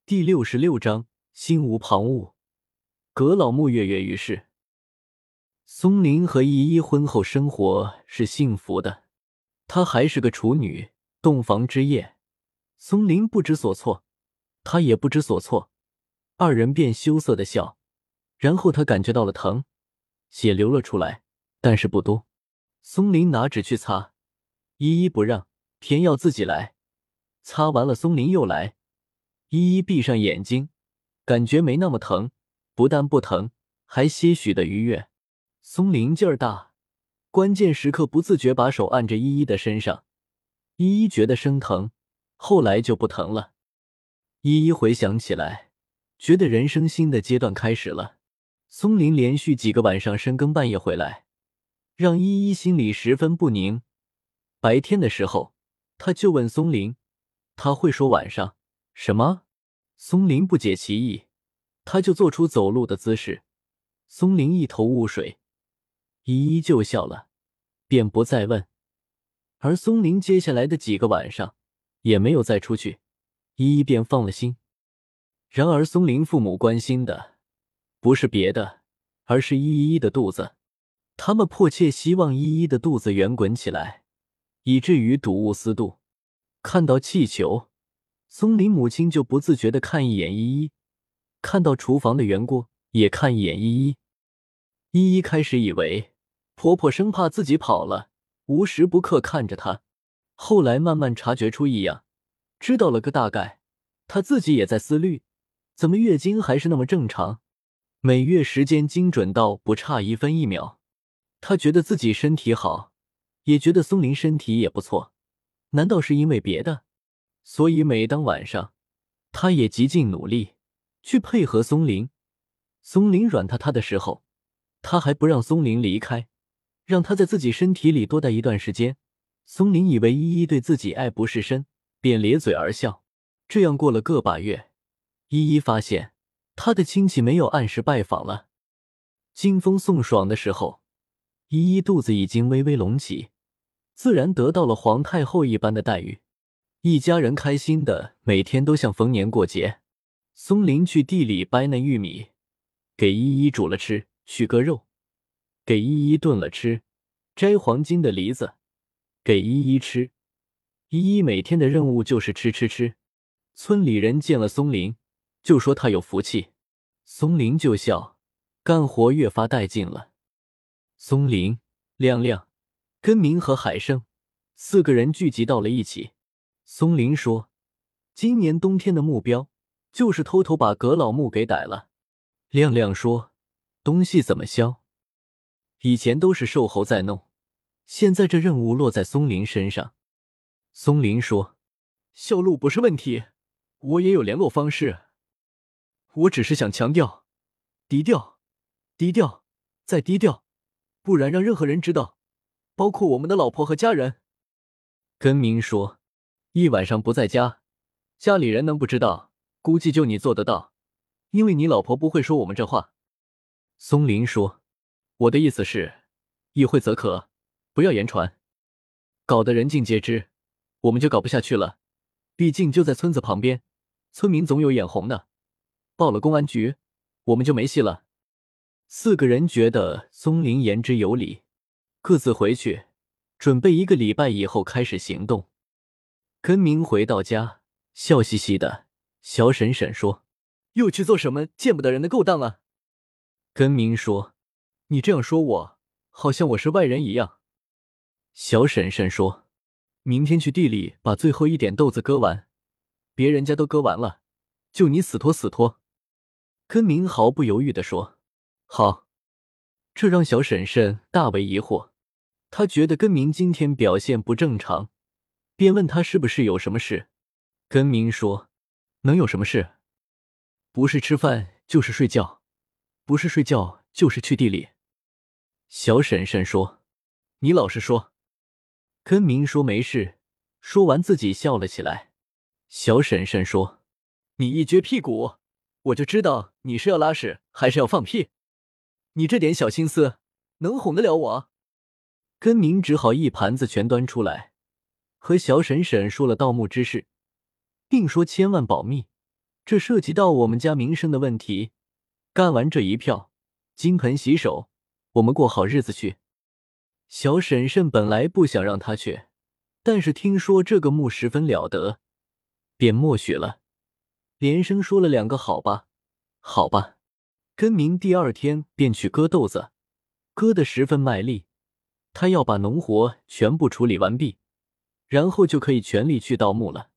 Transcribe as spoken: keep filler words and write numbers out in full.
第六十六章心无旁骛。葛老木跃跃欲试。松林和依依婚后生活是幸福的，她还是个处女，洞房之夜，松林不知所措，她也不知所措，二人便羞涩的笑，然后她感觉到了疼，血流了出来，但是不多。松林拿纸去擦，依依不让，偏要自己来，擦完了松林又来。依依闭上眼睛，感觉没那么疼，不但不疼，还些许的愉悦。松林劲儿大，关键时刻不自觉把手按着依依的身上，依依觉得生疼，后来就不疼了。依依回想起来，觉得人生新的阶段开始了。松林连续几个晚上深更半夜回来，让依依心里十分不宁。白天的时候，他就问松林，他会说晚上什么？松林不解其意，他就做出走路的姿势。松林一头雾水，依依就笑了，便不再问。而松林接下来的几个晚上也没有再出去，依依便放了心。然而松林父母关心的不是别的，而是依依的肚子。他们迫切希望依依的肚子圆滚起来，以至于睹物思度。看到气球，松林母亲就不自觉地看一眼依依，看到厨房的圆锅也看一眼依依。依依开始以为婆婆生怕自己跑了，无时不刻看着她，后来慢慢察觉出异样，知道了个大概。她自己也在思虑，怎么月经还是那么正常，每月时间精准到不差一分一秒。她觉得自己身体好，也觉得松林身体也不错，难道是因为别的？所以每当晚上，她也极尽努力去配合松林。松林软塌塌的时候，她还不让松林离开，让他在自己身体里多待一段时间。松林以为依依对自己爱不释身，便咧嘴而笑。这样过了个把月，依依发现她的亲戚没有按时拜访了。经风送爽的时候，依依肚子已经微微隆起，自然得到了皇太后一般的待遇。一家人开心的每天都像逢年过节。松林去地里掰嫩玉米，给依依煮了吃，去割肉，给依依炖了吃，摘黄金的梨子，给依依吃。依依每天的任务就是吃吃吃。村里人见了松林，就说他有福气。松林就笑，干活越发带劲了。松林、亮亮、根明和海生四个人聚集到了一起。松林说，今年冬天的目标就是偷偷把葛老木给逮了。亮亮说，东西怎么销？以前都是瘦猴在弄，现在这任务落在松林身上。松林说，销路不是问题，我也有联络方式。我只是想强调，低调，低调，再低调，不然让任何人知道，包括我们的老婆和家人。根明说，一晚上不在家，家里人能不知道，估计就你做得到，因为你老婆不会说我们这话。松林说，我的意思是，意会则可，不要言传，搞得人尽皆知，我们就搞不下去了。毕竟就在村子旁边，村民总有眼红的，报了公安局，我们就没戏了。四个人觉得松林言之有理，各自回去，准备一个礼拜以后开始行动。根明回到家，笑嘻嘻的。小婶婶说，又去做什么见不得人的勾当了？根明说，你这样说我，好像我是外人一样。小婶婶说，明天去地里把最后一点豆子割完，别人家都割完了，就你死拖死拖。根明毫不犹豫地说，好。这让小婶婶大为疑惑，她觉得根明今天表现不正常，便问他是不是有什么事。根明说，能有什么事？不是吃饭就是睡觉，不是睡觉就是去地里。小婶婶说，你老实说。根明说没事，说完自己笑了起来。小婶婶说，你一撅屁股，我就知道你是要拉屎还是要放屁。你这点小心思能哄得了我？根明只好一盘子全端出来，和小婶婶说了盗墓之事，并说千万保密， 这涉及到我们家名声的问题，干完这一票，金盆洗手，我们过好日子去。小婶婶本来不想让他去，但是听说这个墓十分了得，便默许了，连声说了两个好吧，好吧。根明第二天便去割豆子，割得十分卖力，他要把农活全部处理完毕，然后就可以全力去盗墓了。